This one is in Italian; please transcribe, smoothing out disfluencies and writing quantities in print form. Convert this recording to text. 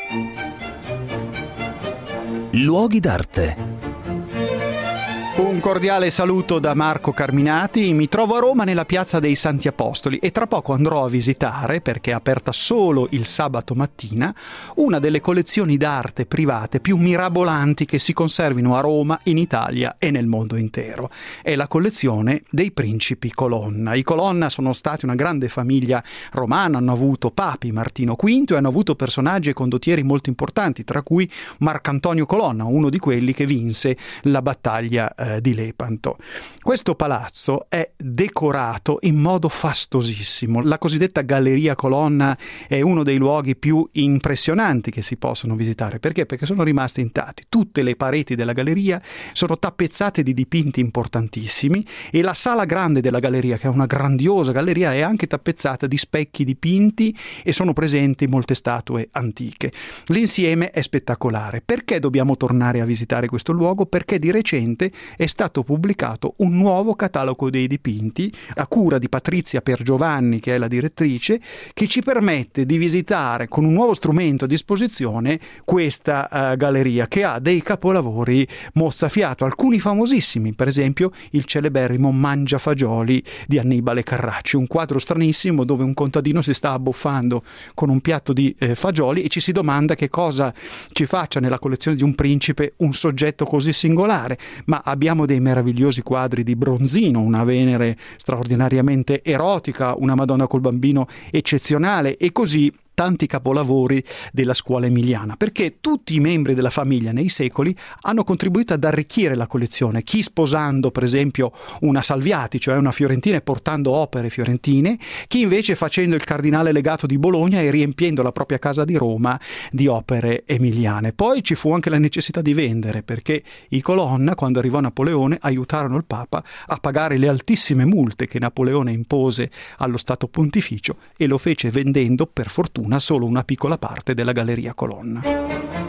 Luoghi d'arte. Un cordiale saluto da Marco Carminati. Mi trovo a Roma nella Piazza dei Santi Apostoli e tra poco andrò a visitare, perché è aperta solo il sabato mattina, una delle collezioni d'arte private più mirabolanti che si conservino a Roma, in Italia e nel mondo intero. È la collezione dei principi Colonna. I Colonna sono stati una grande famiglia romana, hanno avuto papi, Martino V, e hanno avuto personaggi e condottieri molto importanti, tra cui Marcantonio Colonna, uno di quelli che vinse la battaglia di Lepanto. Questo palazzo è decorato in modo fastosissimo. La cosiddetta Galleria Colonna è uno dei luoghi più impressionanti che si possono visitare. Perché? Perché sono rimasti intatti. Tutte le pareti della galleria sono tappezzate di dipinti importantissimi e la sala grande della galleria, che è una grandiosa galleria, è anche tappezzata di specchi dipinti e sono presenti molte statue antiche. L'insieme è spettacolare. Perché dobbiamo tornare a visitare questo luogo? Perché di recente è stato pubblicato un nuovo catalogo dei dipinti a cura di Patrizia Piergiovanni, che è la direttrice, che ci permette di visitare con un nuovo strumento a disposizione questa galleria, che ha dei capolavori mozzafiato, alcuni famosissimi, per esempio il celeberrimo Mangiafagioli di Annibale Carracci, un quadro stranissimo dove un contadino si sta abbuffando con un piatto di fagioli e ci si domanda che cosa ci faccia nella collezione di un principe un soggetto così singolare. Ma abbiamo dei meravigliosi quadri di Bronzino, una Venere straordinariamente erotica, una Madonna col bambino eccezionale e così tanti capolavori della scuola emiliana, perché tutti i membri della famiglia nei secoli hanno contribuito ad arricchire la collezione, chi sposando per esempio una Salviati, cioè una fiorentina, e portando opere fiorentine, chi invece facendo il cardinale legato di Bologna e riempiendo la propria casa di Roma di opere emiliane. Poi ci fu anche la necessità di vendere, perché i Colonna, quando arrivò Napoleone, aiutarono il Papa a pagare le altissime multe che Napoleone impose allo Stato Pontificio, e lo fece vendendo, per fortuna, solo una piccola parte della Galleria Colonna.